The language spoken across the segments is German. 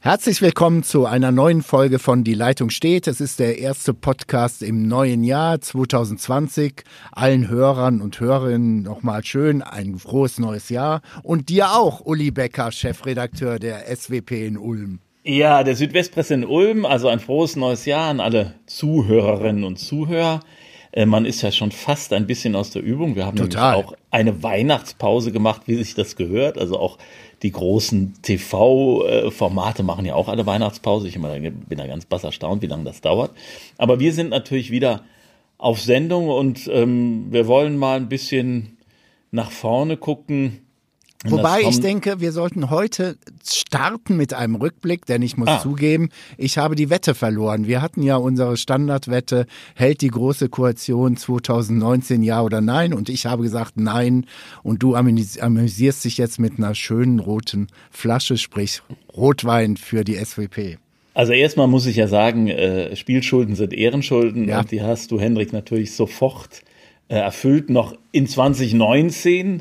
Herzlich willkommen zu einer neuen Folge von Die Leitung steht. Es ist der erste Podcast im neuen Jahr 2020. Allen Hörern und Hörerinnen nochmal schön ein frohes neues Jahr. Und dir auch, Uli Becker, Chefredakteur der SWP in Ulm. Ja, der Südwestpresse in Ulm, also ein frohes neues Jahr an alle Zuhörerinnen und Zuhörer. Man ist ja schon fast ein bisschen aus der Übung. Wir haben nämlich auch eine Weihnachtspause gemacht, wie sich das gehört. Also auch die großen TV-Formate machen ja auch alle Weihnachtspause. Ich bin da ganz erstaunt, wie lange das dauert. Aber wir sind natürlich wieder auf Sendung und wir wollen mal ein bisschen nach vorne gucken. Wobei ich denke, wir sollten heute starten mit einem Rückblick, denn ich muss zugeben, ich habe die Wette verloren. Wir hatten ja unsere Standardwette, hält die Große Koalition 2019 ja oder nein? Und ich habe gesagt nein und du amüsierst dich jetzt mit einer schönen roten Flasche, sprich Rotwein für die SWP. Also erstmal muss ich ja sagen, Spielschulden sind Ehrenschulden und die hast du, Hendrik, natürlich sofort erfüllt, noch in 2019.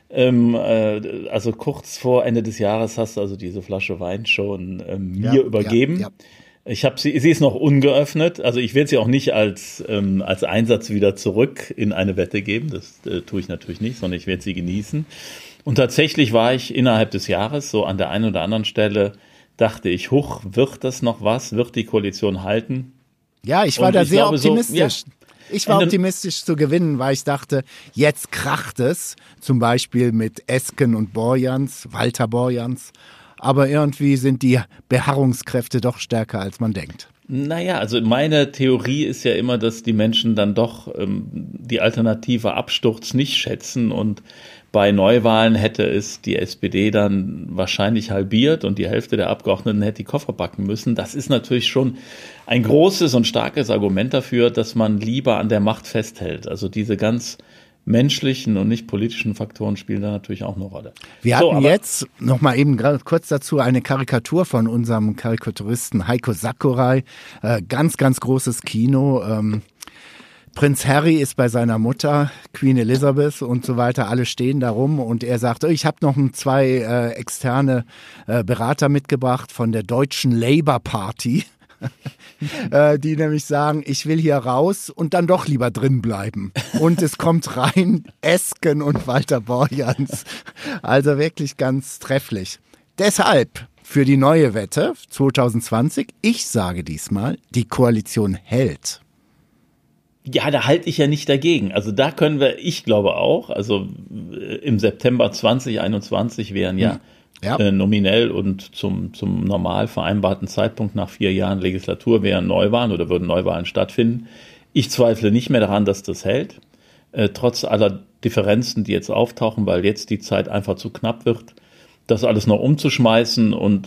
Also kurz vor Ende des Jahres hast du also diese Flasche Wein schon mir übergeben. Ja. Ich habe sie ist noch ungeöffnet. Also ich werde sie auch nicht als Einsatz wieder zurück in eine Wette geben. Das tue ich natürlich nicht, sondern ich werde sie genießen. Und tatsächlich war ich innerhalb des Jahres so an der einen oder anderen Stelle, dachte ich, wird das noch was? Wird die Koalition halten? Ja, ich war da sehr optimistisch. Ich war optimistisch zu gewinnen, weil ich dachte, jetzt kracht es, zum Beispiel mit Esken und Borjans, Walter Borjans. Aber irgendwie sind die Beharrungskräfte doch stärker, als man denkt. Naja, also meine Theorie ist ja immer, dass die Menschen dann doch die alternative Absturz nicht schätzen und bei Neuwahlen hätte es die SPD dann wahrscheinlich halbiert und die Hälfte der Abgeordneten hätte die Koffer packen müssen. Das ist natürlich schon ein großes und starkes Argument dafür, dass man lieber an der Macht festhält. Also diese ganz menschlichen und nicht politischen Faktoren spielen da natürlich auch eine Rolle. Wir hatten jetzt noch mal eben kurz dazu eine Karikatur von unserem Karikaturisten Heiko Sakurai. Ganz, ganz großes Kino. Prinz Harry ist bei seiner Mutter, Queen Elizabeth und so weiter, alle stehen da rum und er sagt, ich habe noch zwei externe Berater mitgebracht von der deutschen Labour Party, die nämlich sagen, ich will hier raus und dann doch lieber drin bleiben. Und es kommt rein Esken und Walter Borjans. Also wirklich ganz trefflich. Deshalb für die neue Wette 2020, ich sage diesmal, die Koalition hält. Ja, da halte ich ja nicht dagegen. Also da können wir, ich glaube auch, also im September 2021 wären nominell und zum normal vereinbarten Zeitpunkt nach 4 Jahren Legislatur wären Neuwahlen oder würden Neuwahlen stattfinden. Ich zweifle nicht mehr daran, dass das hält, trotz aller Differenzen, die jetzt auftauchen, weil jetzt die Zeit einfach zu knapp wird, das alles noch umzuschmeißen und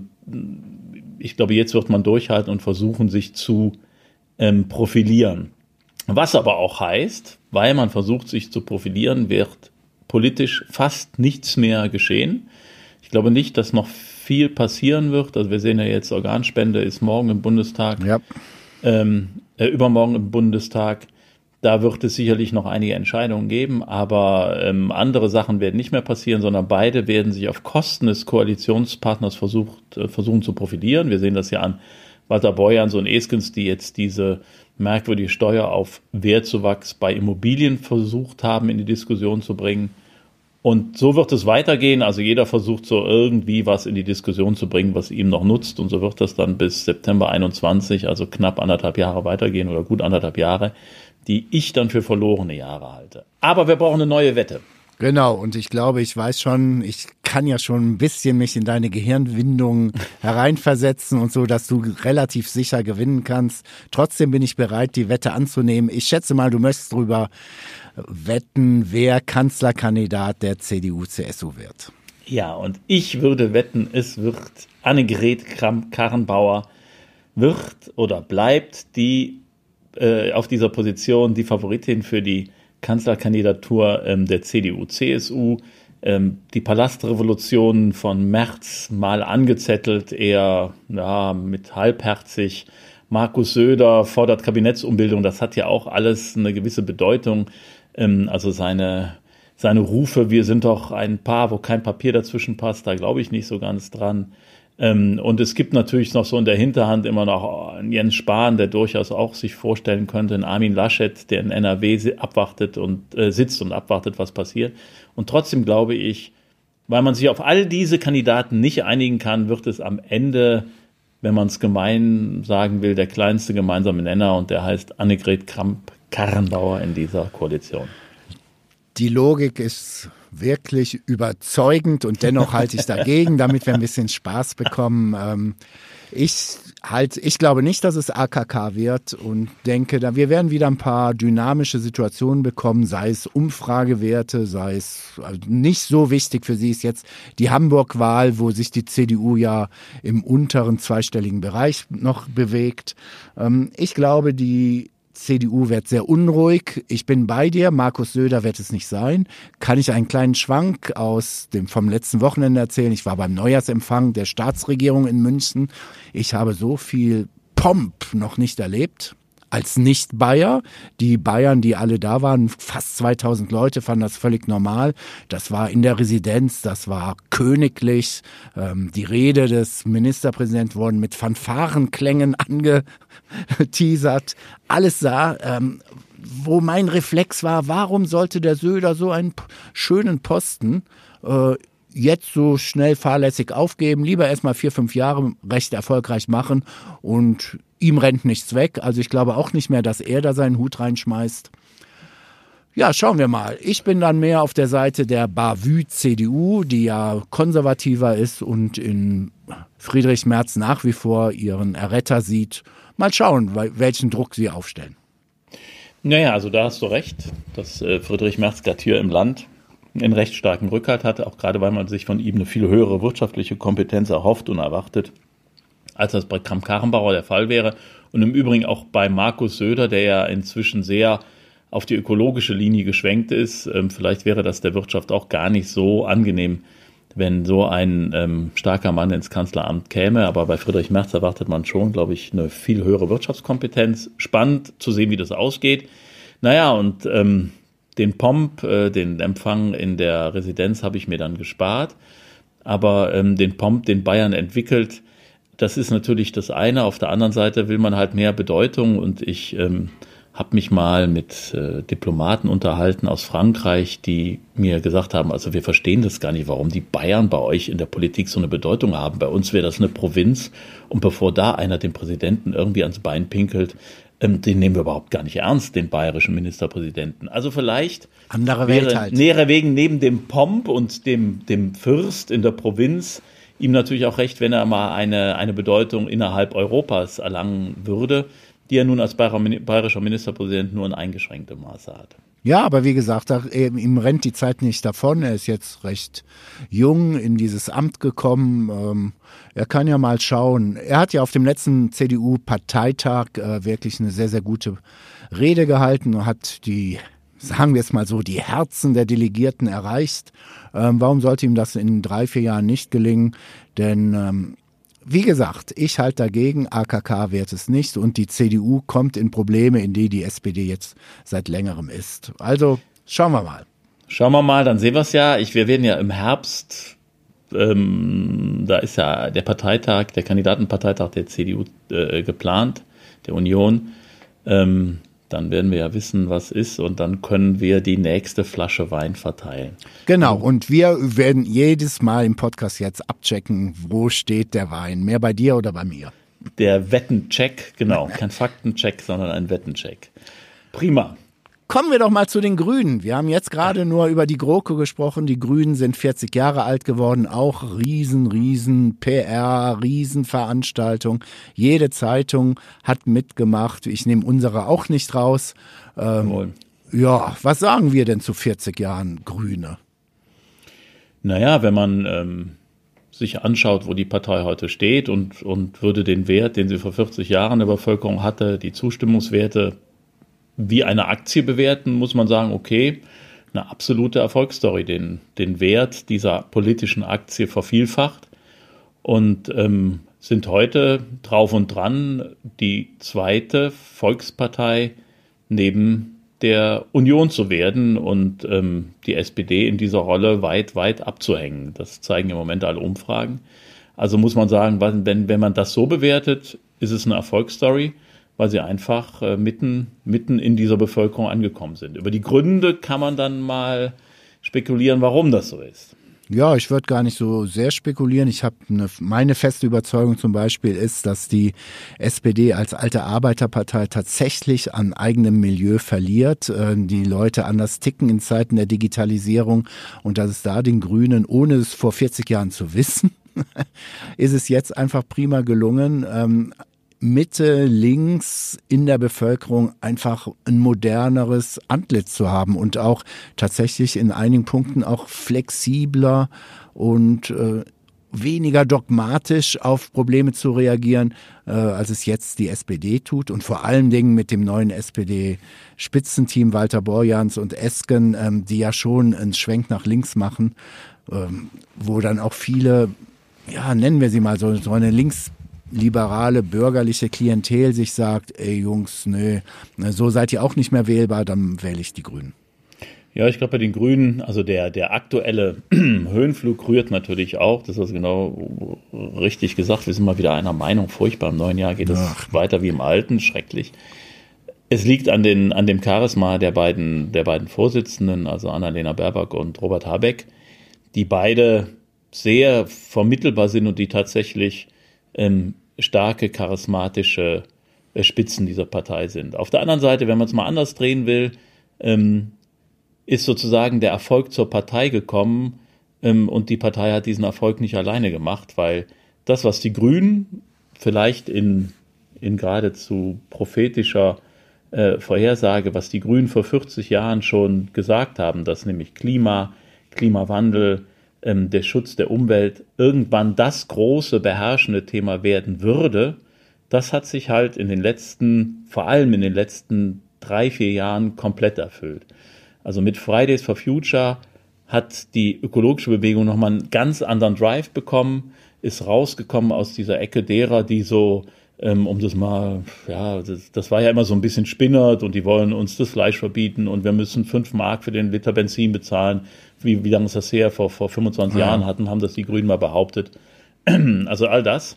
ich glaube, jetzt wird man durchhalten und versuchen, sich zu profilieren. Was aber auch heißt, weil man versucht, sich zu profilieren, wird politisch fast nichts mehr geschehen. Ich glaube nicht, dass noch viel passieren wird. Also wir sehen ja jetzt, Organspende ist morgen im Bundestag, übermorgen im Bundestag. Da wird es sicherlich noch einige Entscheidungen geben, aber andere Sachen werden nicht mehr passieren, sondern beide werden sich auf Kosten des Koalitionspartners versuchen zu profilieren. Wir sehen das ja an Walter Borjans und Eskens, die jetzt diese merkwürdige Steuer auf Wertzuwachs bei Immobilien versucht haben, in die Diskussion zu bringen. Und so wird es weitergehen. Also jeder versucht so irgendwie was in die Diskussion zu bringen, was ihm noch nutzt. Und so wird das dann bis September 21, also knapp 1,5 Jahre weitergehen oder gut 1,5 Jahre, die ich dann für verlorene Jahre halte. Aber wir brauchen eine neue Wette. Genau, und ich glaube, ich weiß schon, ich kann ja schon ein bisschen mich in deine Gehirnwindungen hereinversetzen und so, dass du relativ sicher gewinnen kannst. Trotzdem bin ich bereit, die Wette anzunehmen. Ich schätze mal, du möchtest drüber wetten, wer Kanzlerkandidat der CDU-CSU wird. Ja, und ich würde wetten, es wird Annegret Kramp-Karrenbauer wird oder bleibt die auf dieser Position die Favoritin für die Kanzlerkandidatur der CDU-CSU. Die Palastrevolution von Merz mal angezettelt, eher mit halbherzig. Markus Söder fordert Kabinettsumbildung, das hat ja auch alles eine gewisse Bedeutung. Also seine Rufe, wir sind doch ein Paar, wo kein Papier dazwischen passt, da glaube ich nicht so ganz dran. Und es gibt natürlich noch so in der Hinterhand immer noch einen Jens Spahn, der durchaus auch sich vorstellen könnte, einen Armin Laschet, der in NRW abwartet und sitzt und abwartet, was passiert. Und trotzdem glaube ich, weil man sich auf all diese Kandidaten nicht einigen kann, wird es am Ende, wenn man es gemein sagen will, der kleinste gemeinsame Nenner, und der heißt Annegret Kramp-Karrenbauer in dieser Koalition. Die Logik ist wirklich überzeugend und dennoch halte ich dagegen, damit wir ein bisschen Spaß bekommen. Ich glaube nicht, dass es AKK wird und denke, wir werden wieder ein paar dynamische Situationen bekommen, sei es Umfragewerte, sei es, also nicht so wichtig für sie ist jetzt die Hamburg-Wahl, wo sich die CDU ja im unteren zweistelligen Bereich noch bewegt. Ich glaube, die CDU wird sehr unruhig. Ich bin bei dir. Markus Söder wird es nicht sein. Kann ich einen kleinen Schwank vom letzten Wochenende erzählen? Ich war beim Neujahrsempfang der Staatsregierung in München. Ich habe so viel Pomp noch nicht erlebt. Als Nicht-Bayer. Die Bayern, die alle da waren, fast 2000 Leute, fanden das völlig normal. Das war in der Residenz, das war königlich. Die Rede des Ministerpräsidenten wurden mit Fanfarenklängen angeteasert. Alles sah, wo mein Reflex war, warum sollte der Söder so einen schönen Posten jetzt so schnell fahrlässig aufgeben, lieber erstmal 4-5 Jahre recht erfolgreich machen, und ihm rennt nichts weg. Also ich glaube auch nicht mehr, dass er da seinen Hut reinschmeißt. Ja, schauen wir mal. Ich bin dann mehr auf der Seite der Bavü-CDU, die ja konservativer ist und in Friedrich Merz nach wie vor ihren Erretter sieht. Mal schauen, welchen Druck sie aufstellen. Naja, also da hast du recht, dass Friedrich Merz gerade hier im Land einen recht starken Rückhalt hatte, auch gerade weil man sich von ihm eine viel höhere wirtschaftliche Kompetenz erhofft und erwartet, als das bei Kramp-Karrenbauer der Fall wäre. Und im Übrigen auch bei Markus Söder, der ja inzwischen sehr auf die ökologische Linie geschwenkt ist. Vielleicht wäre das der Wirtschaft auch gar nicht so angenehm, wenn so ein starker Mann ins Kanzleramt käme. Aber bei Friedrich Merz erwartet man schon, glaube ich, eine viel höhere Wirtschaftskompetenz. Spannend zu sehen, wie das ausgeht. Naja, und den Pomp, den Empfang in der Residenz habe ich mir dann gespart. Aber den Pomp, den Bayern entwickelt, das ist natürlich das eine. Auf der anderen Seite will man halt mehr Bedeutung. Und ich habe mich mal mit Diplomaten unterhalten aus Frankreich, die mir gesagt haben, also wir verstehen das gar nicht, warum die Bayern bei euch in der Politik so eine Bedeutung haben. Bei uns wäre das eine Provinz. Und bevor da einer dem Präsidenten irgendwie ans Bein pinkelt, den nehmen wir überhaupt gar nicht ernst, den bayerischen Ministerpräsidenten. Also vielleicht wäre wegen neben dem Pomp und dem Fürst in der Provinz ihm natürlich auch recht, wenn er mal eine Bedeutung innerhalb Europas erlangen würde, die er nun als bayerischer Ministerpräsident nur in eingeschränktem Maße hat. Ja, aber wie gesagt, ihm rennt die Zeit nicht davon. Er ist jetzt recht jung in dieses Amt gekommen. Er kann ja mal schauen. Er hat ja auf dem letzten CDU-Parteitag wirklich eine sehr, sehr gute Rede gehalten und hat sagen wir es mal so, die Herzen der Delegierten erreicht. Warum sollte ihm das in 3-4 Jahren nicht gelingen? Denn wie gesagt, ich halte dagegen, AKK wird es nicht, und die CDU kommt in Probleme, in die SPD jetzt seit längerem ist. Also schauen wir mal. Schauen wir mal, dann sehen wir es ja. Wir werden ja im Herbst, da ist ja der Parteitag, der Kandidatenparteitag der CDU geplant, der Union. Dann werden wir ja wissen, was ist, und dann können wir die nächste Flasche Wein verteilen. Genau, und wir werden jedes Mal im Podcast jetzt abchecken, wo steht der Wein, mehr bei dir oder bei mir. Der Wettencheck, genau, kein Faktencheck, sondern ein Wettencheck. Prima. Kommen wir doch mal zu den Grünen. Wir haben jetzt gerade nur über die GroKo gesprochen. Die Grünen sind 40 Jahre alt geworden. Auch riesen PR, Riesenveranstaltung. Jede Zeitung hat mitgemacht. Ich nehme unsere auch nicht raus. Ja, was sagen wir denn zu 40 Jahren Grüne? Naja, wenn man sich anschaut, wo die Partei heute steht und würde den Wert, den sie vor 40 Jahren in der Bevölkerung hatte, die Zustimmungswerte wie eine Aktie bewerten, muss man sagen, okay, eine absolute Erfolgsstory, den Wert dieser politischen Aktie vervielfacht, und sind heute drauf und dran, die zweite Volkspartei neben der Union zu werden und die SPD in dieser Rolle weit abzuhängen. Das zeigen im Moment alle Umfragen. Also muss man sagen, wenn man das so bewertet, ist es eine Erfolgsstory, weil sie einfach mitten in dieser Bevölkerung angekommen sind. Über die Gründe kann man dann mal spekulieren, warum das so ist. Ja, ich würde gar nicht so sehr spekulieren. Meine feste Überzeugung zum Beispiel ist, dass die SPD als alte Arbeiterpartei tatsächlich an eigenem Milieu verliert. Die Leute anders ticken in Zeiten der Digitalisierung und dass es da den Grünen, ohne es vor 40 Jahren zu wissen, ist es jetzt einfach prima gelungen, Mitte, links in der Bevölkerung einfach ein moderneres Antlitz zu haben und auch tatsächlich in einigen Punkten auch flexibler und weniger dogmatisch auf Probleme zu reagieren, als es jetzt die SPD tut. Und vor allen Dingen mit dem neuen SPD-Spitzenteam Walter Borjans und Esken, die ja schon einen Schwenk nach links machen, wo dann auch viele, ja, nennen wir sie mal so eine linksliberale, bürgerliche Klientel sich sagt, ey Jungs, nö, so seid ihr auch nicht mehr wählbar, dann wähle ich die Grünen. Ja, ich glaube bei den Grünen, also der aktuelle Höhenflug rührt natürlich auch, das hast du genau richtig gesagt, wir sind mal wieder einer Meinung, furchtbar, im neuen Jahr geht es weiter wie im alten, schrecklich. Es liegt an dem Charisma der beiden Vorsitzenden, also Annalena Baerbock und Robert Habeck, die beide sehr vermittelbar sind und die tatsächlich starke, charismatische Spitzen dieser Partei sind. Auf der anderen Seite, wenn man es mal anders drehen will, ist sozusagen der Erfolg zur Partei gekommen und die Partei hat diesen Erfolg nicht alleine gemacht, weil das, was die Grünen vielleicht in geradezu prophetischer Vorhersage, was die Grünen vor 40 Jahren schon gesagt haben, dass nämlich Klimawandel, der Schutz der Umwelt irgendwann das große beherrschende Thema werden würde, das hat sich halt vor allem in den letzten 3-4 Jahren komplett erfüllt. Also mit Fridays for Future hat die ökologische Bewegung nochmal einen ganz anderen Drive bekommen, ist rausgekommen aus dieser Ecke derer, die so, das war ja immer so ein bisschen spinnert und die wollen uns das Fleisch verbieten und wir müssen 5 Mark für den Liter Benzin bezahlen. Wie lange ist das her? Vor 25 Jahren haben das die Grünen mal behauptet. Also all das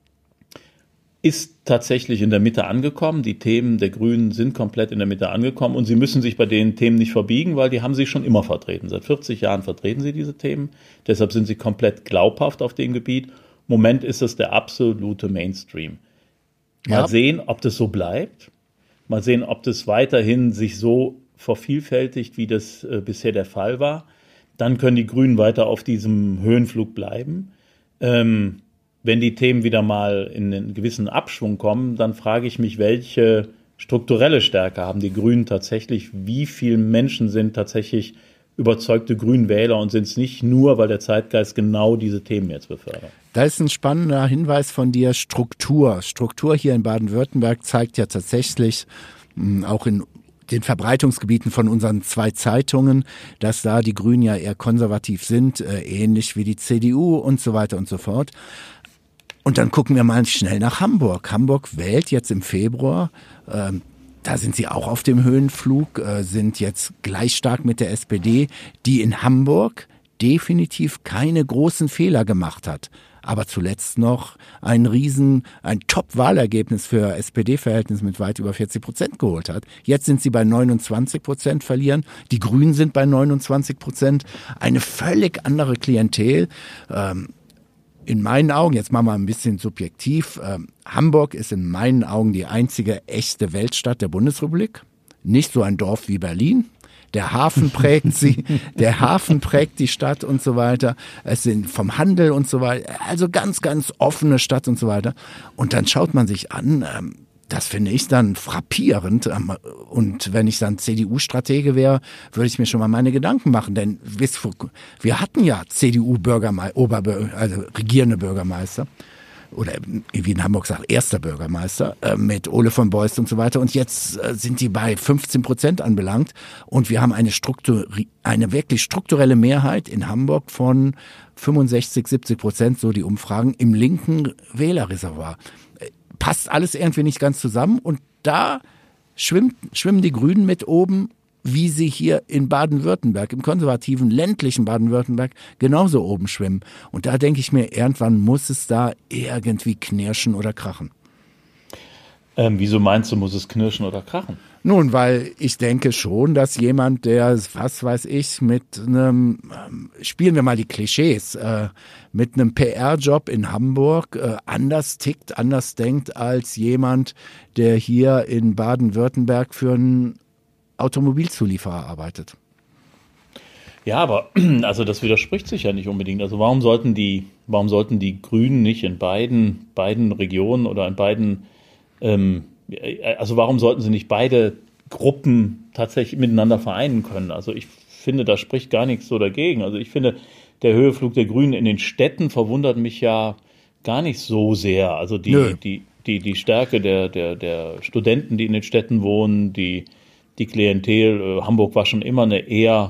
ist tatsächlich in der Mitte angekommen. Die Themen der Grünen sind komplett in der Mitte angekommen und sie müssen sich bei den Themen nicht verbiegen, weil die haben sie schon immer vertreten. Seit 40 Jahren vertreten sie diese Themen. Deshalb sind sie komplett glaubhaft auf dem Gebiet. Im Moment ist es der absolute Mainstream. Mal sehen, ob das so bleibt. Mal sehen, ob das weiterhin sich so vervielfältigt, wie das bisher der Fall war. Dann können die Grünen weiter auf diesem Höhenflug bleiben. Wenn die Themen wieder mal in einen gewissen Abschwung kommen, dann frage ich mich, welche strukturelle Stärke haben die Grünen tatsächlich? Wie viele Menschen sind tatsächlich überzeugte Grünwähler und sind es nicht nur, weil der Zeitgeist genau diese Themen jetzt befördert? Da ist ein spannender Hinweis von dir, Struktur. Struktur hier in Baden-Württemberg zeigt ja tatsächlich auch in den Verbreitungsgebieten von unseren 2 Zeitungen, dass da die Grünen ja eher konservativ sind, ähnlich wie die CDU und so weiter und so fort. Und dann gucken wir mal schnell nach Hamburg. Hamburg wählt jetzt im Februar, da sind sie auch auf dem Höhenflug, sind jetzt gleich stark mit der SPD, die in Hamburg definitiv keine großen Fehler gemacht hat. Aber zuletzt noch ein Top-Wahlergebnis für SPD-Verhältnis mit weit über 40% geholt hat. Jetzt sind sie bei 29% verlieren. Die Grünen sind bei 29%. Eine völlig andere Klientel. In meinen Augen, jetzt machen wir ein bisschen subjektiv, Hamburg ist in meinen Augen die einzige echte Weltstadt der Bundesrepublik. Nicht so ein Dorf wie Berlin. Der Hafen prägt sie, der Hafen prägt die Stadt und so weiter. Es sind vom Handel und so weiter, also ganz, ganz offene Stadt und so weiter. Und dann schaut man sich an, das finde ich dann frappierend. Und wenn ich dann CDU-Stratege wäre, würde ich mir schon mal meine Gedanken machen. Denn wir hatten ja also regierende Bürgermeister. Oder wie in Hamburg sagt, erster Bürgermeister mit Ole von Beust und so weiter. Und jetzt sind die bei 15% anbelangt. Und wir haben eine wirklich strukturelle Mehrheit in Hamburg von 65-70%, so die Umfragen, im linken Wählerreservoir. Passt alles irgendwie nicht ganz zusammen. Und da schwimmen die Grünen mit oben wie sie hier in Baden-Württemberg, im konservativen, ländlichen Baden-Württemberg, genauso oben schwimmen. Und da denke ich mir, irgendwann muss es da irgendwie knirschen oder krachen. Wieso meinst du, muss es knirschen oder krachen? Nun, weil ich denke schon, dass jemand, der, was weiß ich, mit einem, spielen wir mal die Klischees, mit einem PR-Job in Hamburg anders tickt, anders denkt als jemand, der hier in Baden-Württemberg für einen Automobilzulieferer arbeitet. Ja, aber also das widerspricht sich ja nicht unbedingt. Also warum sollten die Grünen nicht in beiden Regionen oder in beiden also warum sollten sie nicht beide Gruppen tatsächlich miteinander vereinen können? Also ich finde, da spricht gar nichts so dagegen. Also ich finde, der Höheflug der Grünen in den Städten verwundert mich ja gar nicht so sehr. Also die Stärke der Studenten, die in den Städten wohnen, die Klientel, Hamburg war schon immer eine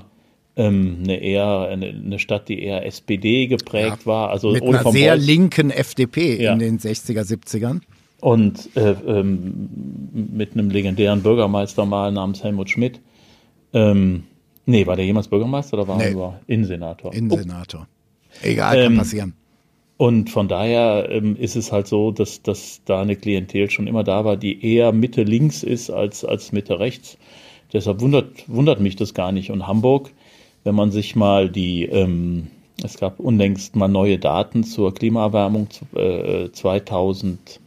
Stadt, die eher SPD geprägt war. Also mit einer sehr linken FDP in den 60er, 70ern. Und mit einem legendären Bürgermeister mal namens Helmut Schmidt. War der jemals Bürgermeister oder war er nur Innensenator? Innensenator. Egal, kann passieren. Und von daher ist es halt so, dass da eine Klientel schon immer da war, die eher Mitte-links ist als Mitte-rechts. Deshalb wundert mich das gar nicht. Und Hamburg, wenn man sich mal es gab unlängst mal neue Daten zur Klimaerwärmung 2100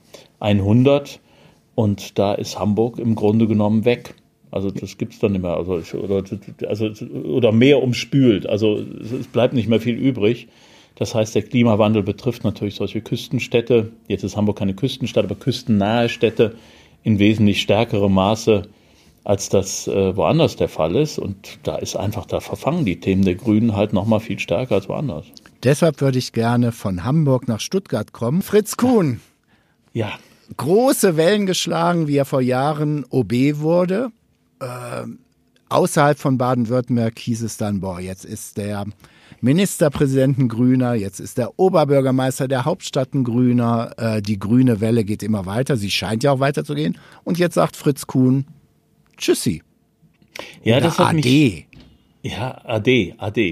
und da ist Hamburg im Grunde genommen weg. Also das gibt's dann nicht mehr. Oder mehr umspült. Also es bleibt nicht mehr viel übrig. Das heißt, der Klimawandel betrifft natürlich solche Küstenstädte. Jetzt ist Hamburg keine Küstenstadt, aber küstennahe Städte in wesentlich stärkerem Maße, als das woanders der Fall ist. Und da verfangen die Themen der Grünen halt noch mal viel stärker als woanders. Deshalb würde ich gerne von Hamburg nach Stuttgart kommen. Fritz Kuhn. Ja. Große Wellen geschlagen, wie er vor Jahren OB wurde. Außerhalb von Baden-Württemberg hieß es dann, jetzt ist der Ministerpräsident ein Grüner, jetzt ist der Oberbürgermeister der Hauptstadt ein Grüner. Die grüne Welle geht immer weiter, sie scheint ja auch weiterzugehen. Und jetzt sagt Fritz Kuhn, tschüssi. Ja, das hat AD. mich... Ja, AD.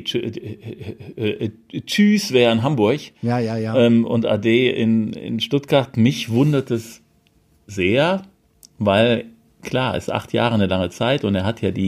Tschüss wäre in Hamburg. Ja. Und AD in Stuttgart. Mich wundert es sehr, weil klar, ist 8 Jahre eine lange Zeit und er hat ja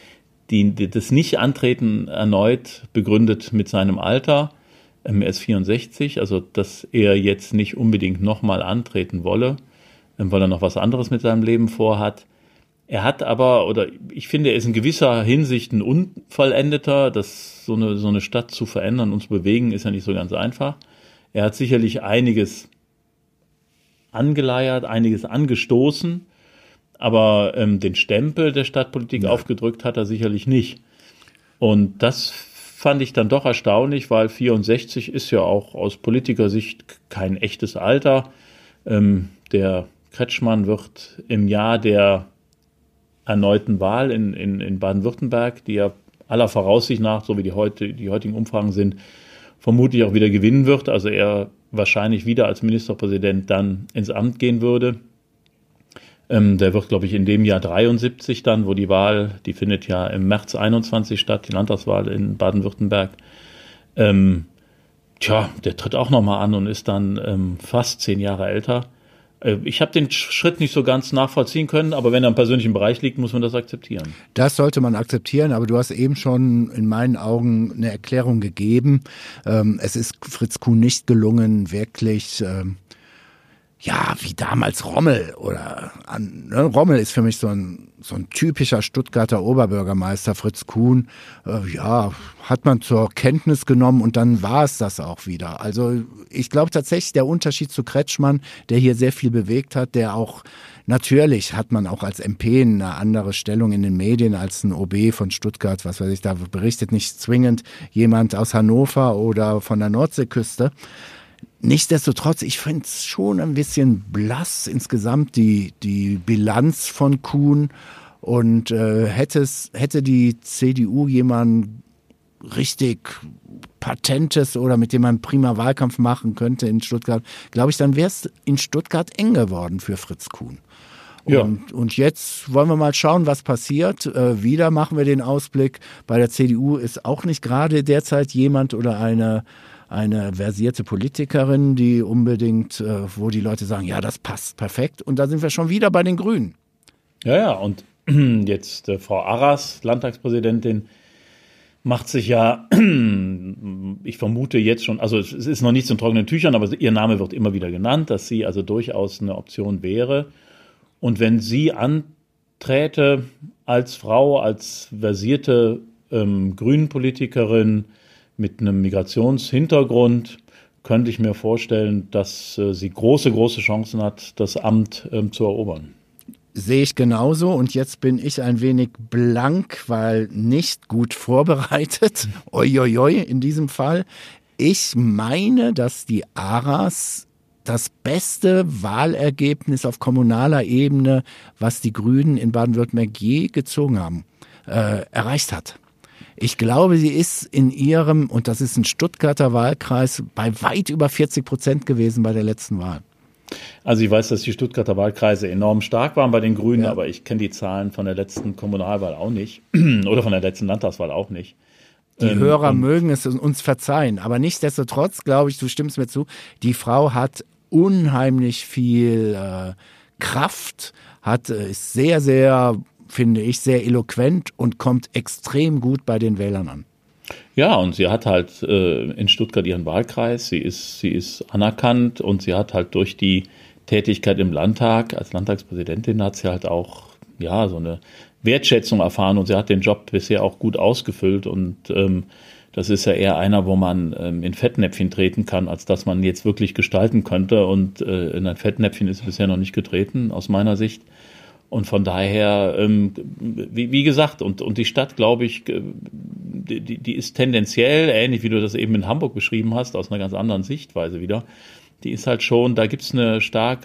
das Nicht-Antreten erneut begründet mit seinem Alter. Er ist 64, also dass er jetzt nicht unbedingt nochmal antreten wolle, weil er noch was anderes mit seinem Leben vorhat. Er hat aber, oder ich finde, er ist in gewisser Hinsicht ein Unvollendeter. So eine Stadt zu verändern und zu bewegen, ist ja nicht so ganz einfach. Er hat sicherlich einiges angeleiert, einiges angestoßen, aber den Stempel der Stadtpolitik aufgedrückt hat er sicherlich nicht. Und das fand ich dann doch erstaunlich, weil 64 ist ja auch aus Politikersicht kein echtes Alter. Der Kretschmann wird im Jahr der erneuten Wahl in Baden-Württemberg, die ja aller Voraussicht nach, so wie die heutigen Umfragen sind, vermutlich auch wieder gewinnen wird. Also er wahrscheinlich wieder als Ministerpräsident dann ins Amt gehen würde. Der wird, glaube ich, in dem Jahr 73 dann, wo die Wahl, die findet ja im März 21 statt, die Landtagswahl in Baden-Württemberg. Der tritt auch nochmal an und ist dann fast 10 Jahre älter. Ich habe den Schritt nicht so ganz nachvollziehen können, aber wenn er im persönlichen Bereich liegt, muss man das akzeptieren. Das sollte man akzeptieren, aber du hast eben schon in meinen Augen eine Erklärung gegeben. Es ist Fritz Kuhn nicht gelungen, wirklich, wie damals Rommel Rommel ist für mich so ein typischer Stuttgarter Oberbürgermeister. Fritz Kuhn, hat man zur Kenntnis genommen und dann war es das auch wieder. Also ich glaube tatsächlich, der Unterschied zu Kretschmann, der hier sehr viel bewegt hat, der auch, natürlich hat man auch als MP eine andere Stellung in den Medien als ein OB von Stuttgart, was weiß ich, da berichtet nicht zwingend jemand aus Hannover oder von der Nordseeküste. Nichtsdestotrotz, ich finde es schon ein bisschen blass insgesamt, die Bilanz von Kuhn. Und hätte die CDU jemanden richtig Patentes oder mit dem man prima Wahlkampf machen könnte in Stuttgart, glaube ich, dann wäre es in Stuttgart eng geworden für Fritz Kuhn. Und jetzt wollen wir mal schauen, was passiert. Wieder machen wir den Ausblick. Bei der CDU ist auch nicht gerade derzeit jemand oder eine versierte Politikerin, die unbedingt, wo die Leute sagen, ja, das passt perfekt. Und da sind wir schon wieder bei den Grünen. Ja, und jetzt Frau Arras, Landtagspräsidentin, macht sich ja, ich vermute jetzt schon, also es ist noch nichts in trockenen Tüchern, aber ihr Name wird immer wieder genannt, dass sie also durchaus eine Option wäre. Und wenn sie anträte als Frau, als versierte Grünen-Politikerin mit einem Migrationshintergrund, könnte ich mir vorstellen, dass sie große Chancen hat, das Amt zu erobern. Sehe ich genauso und jetzt bin ich ein wenig blank, weil nicht gut vorbereitet. Oi, in diesem Fall. Ich meine, dass die Arras das beste Wahlergebnis auf kommunaler Ebene, was die Grünen in Baden-Württemberg je gezogen haben, erreicht hat. Ich glaube, sie ist in ihrem, und das ist ein Stuttgarter Wahlkreis, bei weit über 40% gewesen bei der letzten Wahl. Also ich weiß, dass die Stuttgarter Wahlkreise enorm stark waren bei den Grünen, aber ich kenne die Zahlen von der letzten Kommunalwahl auch nicht oder von der letzten Landtagswahl auch nicht. Die Hörer mögen es uns verzeihen, aber nichtsdestotrotz, glaube ich, du stimmst mir zu, die Frau hat unheimlich viel Kraft, ist sehr, sehr, finde ich, sehr eloquent und kommt extrem gut bei den Wählern an. Ja, und sie hat halt in Stuttgart ihren Wahlkreis, sie ist anerkannt und sie hat halt durch die Tätigkeit im Landtag, als Landtagspräsidentin hat sie halt auch, ja, so eine Wertschätzung erfahren und sie hat den Job bisher auch gut ausgefüllt und das ist ja eher einer, wo man in Fettnäpfchen treten kann, als dass man jetzt wirklich gestalten könnte und in ein Fettnäpfchen ist sie bisher noch nicht getreten, aus meiner Sicht. Und von daher, wie gesagt, und die Stadt, glaube ich, die ist tendenziell, ähnlich wie du das eben in Hamburg beschrieben hast, aus einer ganz anderen Sichtweise wieder, die ist halt schon, da gibt's einen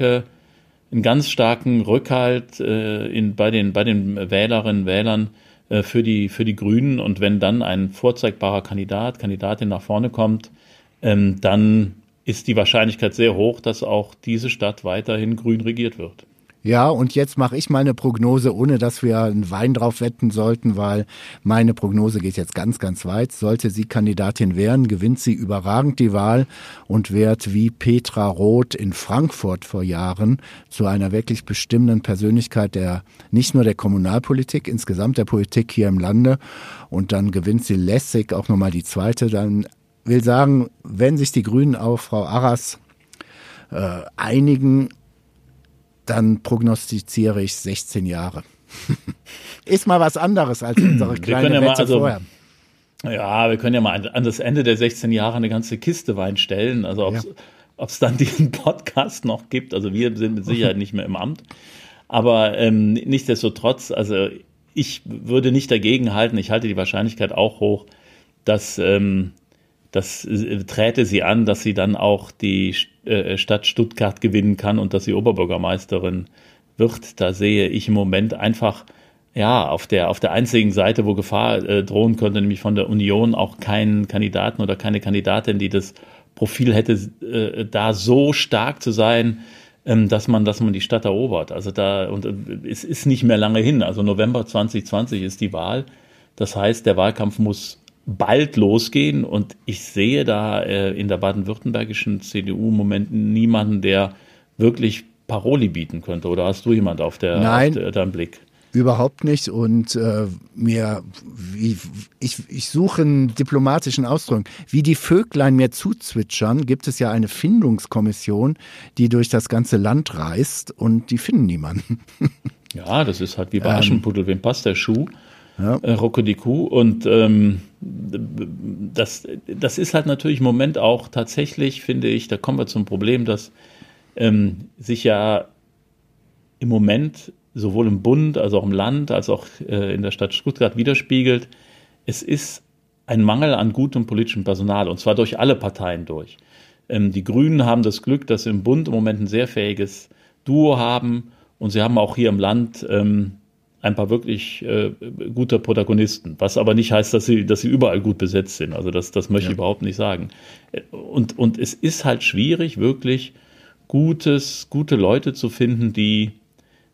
ganz starken Rückhalt bei den Wählerinnen und Wählern für die Grünen. Und wenn dann ein vorzeigbarer Kandidatin nach vorne kommt, dann ist die Wahrscheinlichkeit sehr hoch, dass auch diese Stadt weiterhin grün regiert wird. Ja, und jetzt mache ich meine Prognose, ohne dass wir einen Wein drauf wetten sollten, weil meine Prognose geht jetzt ganz, ganz weit. Sollte sie Kandidatin werden, gewinnt sie überragend die Wahl und wird wie Petra Roth in Frankfurt vor Jahren zu einer wirklich bestimmenden Persönlichkeit nicht nur der Kommunalpolitik, insgesamt der Politik hier im Lande. Und dann gewinnt sie lässig auch nochmal die zweite. Dann will sagen, wenn sich die Grünen auf Frau Arras einigen, dann prognostiziere ich 16 Jahre. Ist mal was anderes als unsere kleine Wette vorher. Ja, wir können ja mal an das Ende der 16 Jahre eine ganze Kiste Wein stellen. Also ob es dann diesen Podcast noch gibt. Also wir sind mit Sicherheit nicht mehr im Amt. Aber nichtsdestotrotz, also ich würde nicht dagegen halten. Ich halte die Wahrscheinlichkeit auch hoch, dass das träte sie an, dass sie dann auch die Stadt Stuttgart gewinnen kann und dass sie Oberbürgermeisterin wird. Da sehe ich im Moment einfach, ja, auf der einzigen Seite, wo Gefahr drohen könnte, nämlich von der Union, auch keinen Kandidaten oder keine Kandidatin, die das Profil hätte, da so stark zu sein, dass man die Stadt erobert. Also es ist nicht mehr lange hin. Also November 2020 ist die Wahl. Das heißt, der Wahlkampf muss bald losgehen und ich sehe da in der baden-württembergischen CDU im Moment niemanden, der wirklich Paroli bieten könnte. Oder hast du jemand auf deinem Blick? Überhaupt nicht und ich suche einen diplomatischen Ausdruck. Wie die Vöglein mir zuzwitschern, gibt es ja eine Findungskommission, die durch das ganze Land reist und die finden niemanden. Ja, das ist halt wie bei Aschenputtel, wem passt der Schuh? Ja. Rocco die Kuh und das ist halt natürlich im Moment auch tatsächlich, finde ich, da kommen wir zum Problem, dass sich ja im Moment sowohl im Bund als auch im Land als auch in der Stadt Stuttgart widerspiegelt, es ist ein Mangel an gutem politischem Personal und zwar durch alle Parteien durch. Die Grünen haben das Glück, dass sie im Bund im Moment ein sehr fähiges Duo haben und sie haben auch hier im Land ein paar wirklich gute Protagonisten, was aber nicht heißt, dass sie überall gut besetzt sind. Also das möchte ich überhaupt nicht sagen. Und es ist halt schwierig, wirklich gute Leute zu finden, die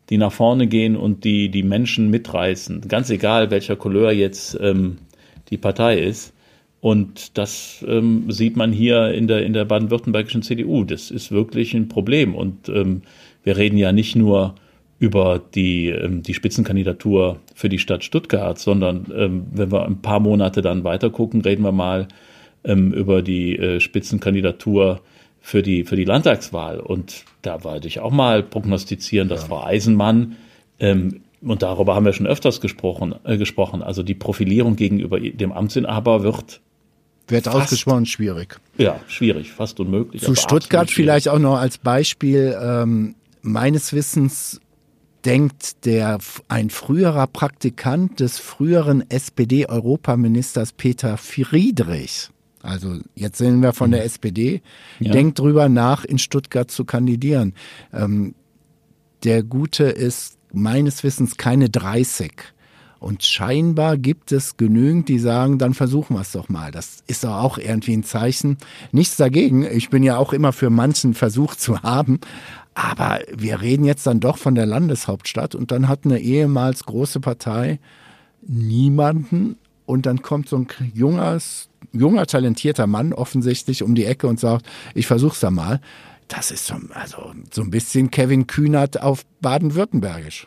die nach vorne gehen und die Menschen mitreißen. Ganz egal, welcher Couleur jetzt die Partei ist. Und das sieht man hier in der baden-württembergischen CDU. Das ist wirklich ein Problem. Und wir reden ja nicht nur über die Spitzenkandidatur für die Stadt Stuttgart, sondern wenn wir ein paar Monate dann weiter gucken, reden wir mal über die Spitzenkandidatur für die Landtagswahl. Und da wollte ich auch mal prognostizieren, dass Frau Eisenmann, und darüber haben wir schon öfters gesprochen, also die Profilierung gegenüber dem Amtsinhaber wird ausgesprochen schwierig. Ja, schwierig, fast unmöglich. Zu Stuttgart vielleicht auch noch als Beispiel. Meines Wissens denkt ein früherer Praktikant des früheren SPD-Europaministers Peter Friedrich, also jetzt sind wir von der SPD, denkt drüber nach, in Stuttgart zu kandidieren. Der Gute ist meines Wissens keine 30. Und scheinbar gibt es genügend, die sagen, dann versuchen wir es doch mal. Das ist doch auch irgendwie ein Zeichen. Nichts dagegen. Ich bin ja auch immer für manchen Versuch zu haben. Aber wir reden jetzt dann doch von der Landeshauptstadt und dann hat eine ehemals große Partei niemanden und dann kommt so ein junger, talentierter Mann offensichtlich um die Ecke und sagt, ich versuch's da mal. Das ist so ein bisschen Kevin Kühnert auf baden-württembergisch.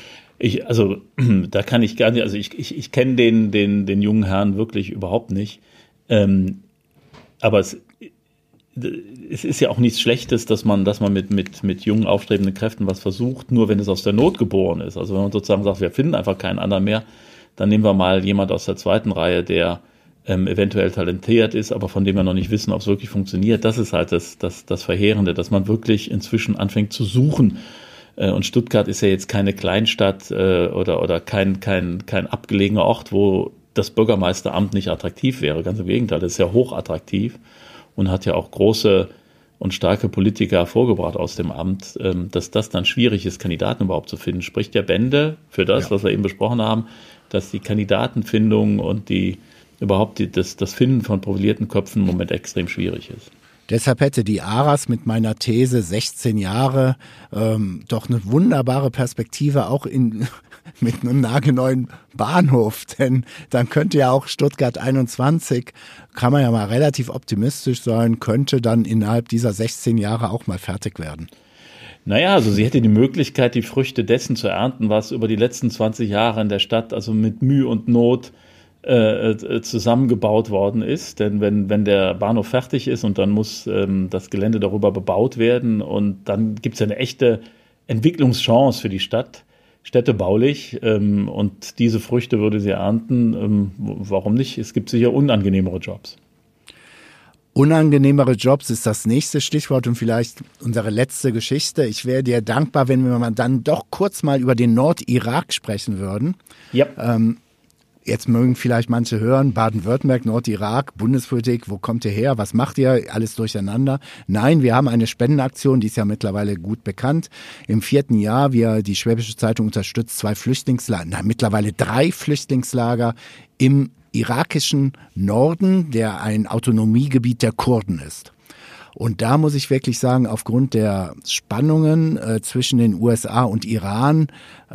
Da kann ich gar nicht, also ich kenne den jungen Herrn wirklich überhaupt nicht. Aber es ist ja auch nichts Schlechtes, dass man mit jungen, aufstrebenden Kräften was versucht, nur wenn es aus der Not geboren ist. Also wenn man sozusagen sagt, wir finden einfach keinen anderen mehr, dann nehmen wir mal jemand aus der zweiten Reihe, der eventuell talentiert ist, aber von dem wir noch nicht wissen, ob es wirklich funktioniert. Das ist halt das Verheerende, dass man wirklich inzwischen anfängt zu suchen. Und Stuttgart ist ja jetzt keine Kleinstadt oder kein abgelegener Ort, wo das Bürgermeisteramt nicht attraktiv wäre. Ganz im Gegenteil, das ist ja hochattraktiv und hat ja auch große und starke Politiker hervorgebracht aus dem Amt. Dass das dann schwierig ist, Kandidaten überhaupt zu finden, spricht ja Bände für das, was wir eben besprochen haben, dass die Kandidatenfindung und das Finden von profilierten Köpfen im Moment extrem schwierig ist. Deshalb hätte die Aras mit meiner These 16 Jahre doch eine wunderbare Perspektive auch mit einem nagelneuen Bahnhof. Denn dann könnte ja auch Stuttgart 21, kann man ja mal relativ optimistisch sein, könnte dann innerhalb dieser 16 Jahre auch mal fertig werden. Naja, also sie hätte die Möglichkeit, die Früchte dessen zu ernten, was über die letzten 20 Jahre in der Stadt, also mit Mühe und Not zusammengebaut worden ist, denn wenn der Bahnhof fertig ist und dann muss das Gelände darüber bebaut werden und dann gibt es eine echte Entwicklungschance für die Stadt, städtebaulich, und diese Früchte würde sie ernten. Warum nicht? Es gibt sicher unangenehmere Jobs. Unangenehmere Jobs ist das nächste Stichwort und vielleicht unsere letzte Geschichte. Ich wäre dir dankbar, wenn wir dann doch kurz mal über den Nordirak sprechen würden. Ja. Jetzt mögen vielleicht manche hören, Baden-Württemberg, Nordirak, Bundespolitik, wo kommt ihr her, was macht ihr, alles durcheinander. Nein, wir haben eine Spendenaktion, die ist ja mittlerweile gut bekannt. Im 4. Jahr, die Schwäbische Zeitung unterstützt mittlerweile 3 Flüchtlingslager im irakischen Norden, der ein Autonomiegebiet der Kurden ist. Und da muss ich wirklich sagen, aufgrund der Spannungen zwischen den USA und Iran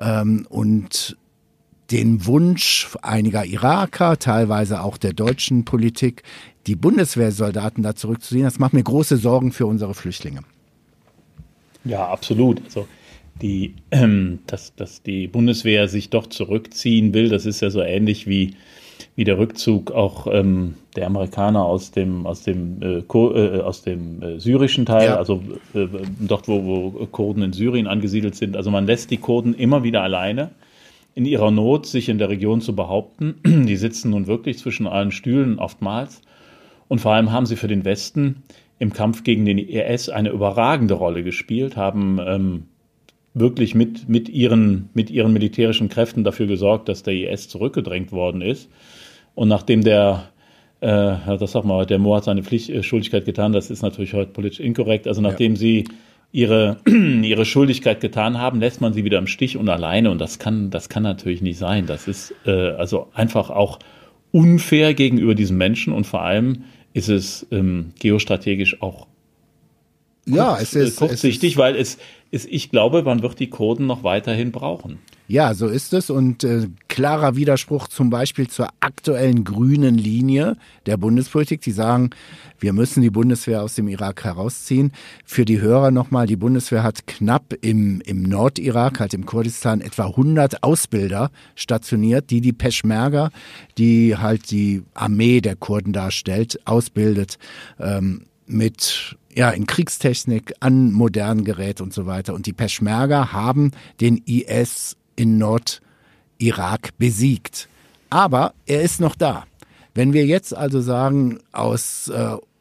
und den Wunsch einiger Iraker, teilweise auch der deutschen Politik, die Bundeswehrsoldaten da zurückzuziehen, das macht mir große Sorgen für unsere Flüchtlinge. Ja, absolut. Also dass die Bundeswehr sich doch zurückziehen will, das ist ja so ähnlich wie der Rückzug auch der Amerikaner aus dem syrischen Teil, also dort, wo Kurden in Syrien angesiedelt sind. Also man lässt die Kurden immer wieder alleine in ihrer Not, sich in der Region zu behaupten. Die sitzen nun wirklich zwischen allen Stühlen oftmals. Und vor allem haben sie für den Westen im Kampf gegen den IS eine überragende Rolle gespielt, haben wirklich mit ihren militärischen Kräften dafür gesorgt, dass der IS zurückgedrängt worden ist. Und nachdem der Mo hat seine Schuldigkeit getan, das ist natürlich heute politisch inkorrekt, also nachdem sie ihre Schuldigkeit getan haben, lässt man sie wieder im Stich und alleine, und das kann natürlich nicht sein. Das ist also einfach auch unfair gegenüber diesen Menschen, und vor allem ist es geostrategisch auch kurzsichtig, weil ich glaube, man wird die Kurden noch weiterhin brauchen. Ja, so ist es und klarer Widerspruch zum Beispiel zur aktuellen grünen Linie der Bundespolitik. Die sagen, wir müssen die Bundeswehr aus dem Irak herausziehen. Für die Hörer nochmal, die Bundeswehr hat knapp im Nordirak, halt im Kurdistan, etwa 100 Ausbilder stationiert, die Peschmerga, die halt die Armee der Kurden darstellt, ausbildet in Kriegstechnik, an modernen Geräten und so weiter. Und die Peschmerga haben den IS in Nordirak besiegt. Aber er ist noch da. Wenn wir jetzt also sagen, aus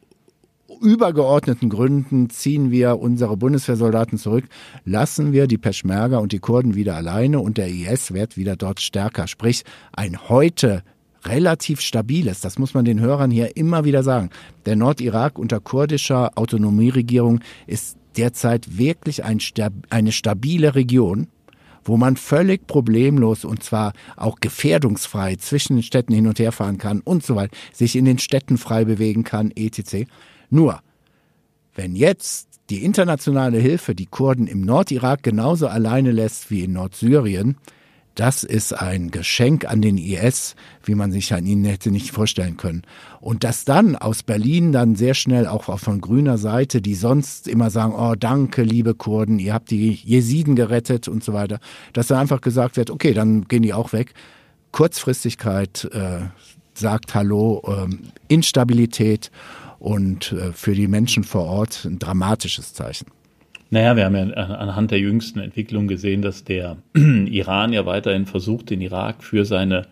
übergeordneten Gründen ziehen wir unsere Bundeswehrsoldaten zurück, lassen wir die Peschmerga und die Kurden wieder alleine und der IS wird wieder dort stärker. Sprich, ein heute relativ stabiles, das muss man den Hörern hier immer wieder sagen. Der Nordirak unter kurdischer Autonomieregierung ist derzeit wirklich eine stabile Region, wo man völlig problemlos und zwar auch gefährdungsfrei zwischen den Städten hin und her fahren kann und so weiter, sich in den Städten frei bewegen kann, etc. Nur, wenn jetzt die internationale Hilfe die Kurden im Nordirak genauso alleine lässt wie in Nordsyrien, das ist ein Geschenk an den IS, wie man sich an ihnen hätte nicht vorstellen können. Und dass dann aus Berlin dann sehr schnell auch von grüner Seite, die sonst immer sagen, oh danke liebe Kurden, ihr habt die Jesiden gerettet und so weiter, dass dann einfach gesagt wird, okay, dann gehen die auch weg. Kurzfristigkeit sagt Hallo, Instabilität und für die Menschen vor Ort ein dramatisches Zeichen. Naja, wir haben ja anhand der jüngsten Entwicklung gesehen, dass der Iran ja weiterhin versucht, den Irak für seine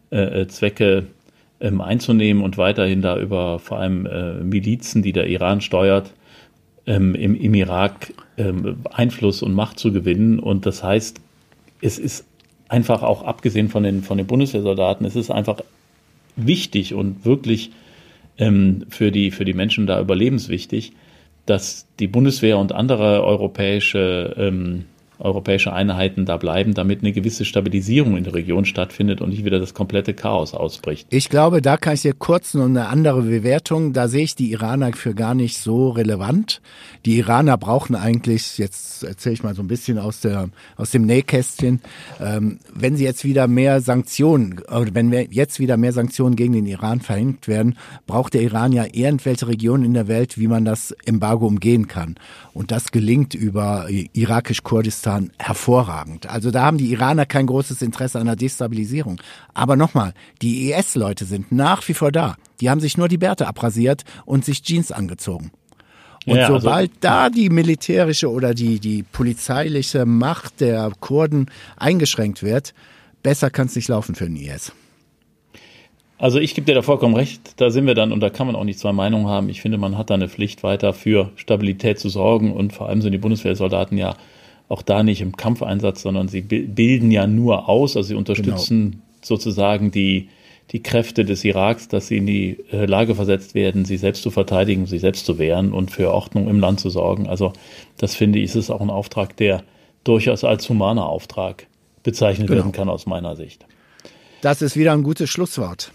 Zwecke einzunehmen und weiterhin da über vor allem Milizen, die der Iran steuert, im Irak Einfluss und Macht zu gewinnen. Und das heißt, es ist einfach auch abgesehen von den Bundeswehrsoldaten, es ist einfach wichtig und wirklich für die Menschen da überlebenswichtig, dass die Bundeswehr und andere europäische Einheiten da bleiben, damit eine gewisse Stabilisierung in der Region stattfindet und nicht wieder das komplette Chaos ausbricht. Ich glaube, da kann ich dir kurz noch eine andere Bewertung, da sehe ich die Iraner für gar nicht so relevant. Die Iraner brauchen eigentlich, jetzt erzähle ich mal so ein bisschen aus dem Nähkästchen, wenn sie jetzt wieder mehr Sanktionen, oder wenn jetzt wieder mehr Sanktionen gegen den Iran verhängt werden, braucht der Iran ja irgendwelche Regionen in der Welt, wie man das Embargo umgehen kann. Und das gelingt über irakisch-Kurdistan hervorragend. Also da haben die Iraner kein großes Interesse an der Destabilisierung. Aber nochmal, die IS-Leute sind nach wie vor da. Die haben sich nur die Bärte abrasiert und sich Jeans angezogen. Und ja, sobald da die militärische oder die polizeiliche Macht der Kurden eingeschränkt wird, besser kann es nicht laufen für den IS. Also ich gebe dir da vollkommen recht, da sind wir dann, und da kann man auch nicht zwei Meinungen haben. Ich finde, man hat da eine Pflicht, weiter für Stabilität zu sorgen, und vor allem sind die Bundeswehrsoldaten ja auch da nicht im Kampfeinsatz, sondern sie bilden ja nur aus, also sie unterstützen sozusagen die Kräfte des Iraks, dass sie in die Lage versetzt werden, sich selbst zu verteidigen, sich selbst zu wehren und für Ordnung im Land zu sorgen. Also das finde ich, ist auch ein Auftrag, der durchaus als humaner Auftrag bezeichnet werden kann aus meiner Sicht. Das ist wieder ein gutes Schlusswort.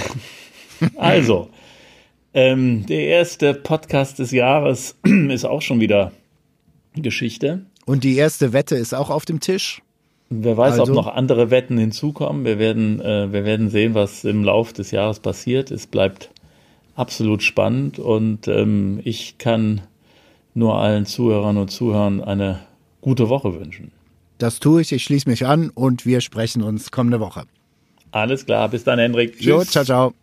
Also, der erste Podcast des Jahres ist auch schon wieder Geschichte. Und die erste Wette ist auch auf dem Tisch. Wer weiß, ob noch andere Wetten hinzukommen. Wir werden sehen, was im Lauf des Jahres passiert. Es bleibt absolut spannend und ich kann nur allen Zuhörern und Zuhörern eine gute Woche wünschen. Das tue ich. Ich schließe mich an und wir sprechen uns kommende Woche. Alles klar, bis dann, Hendrik. Tschüss. Jo, ciao, ciao.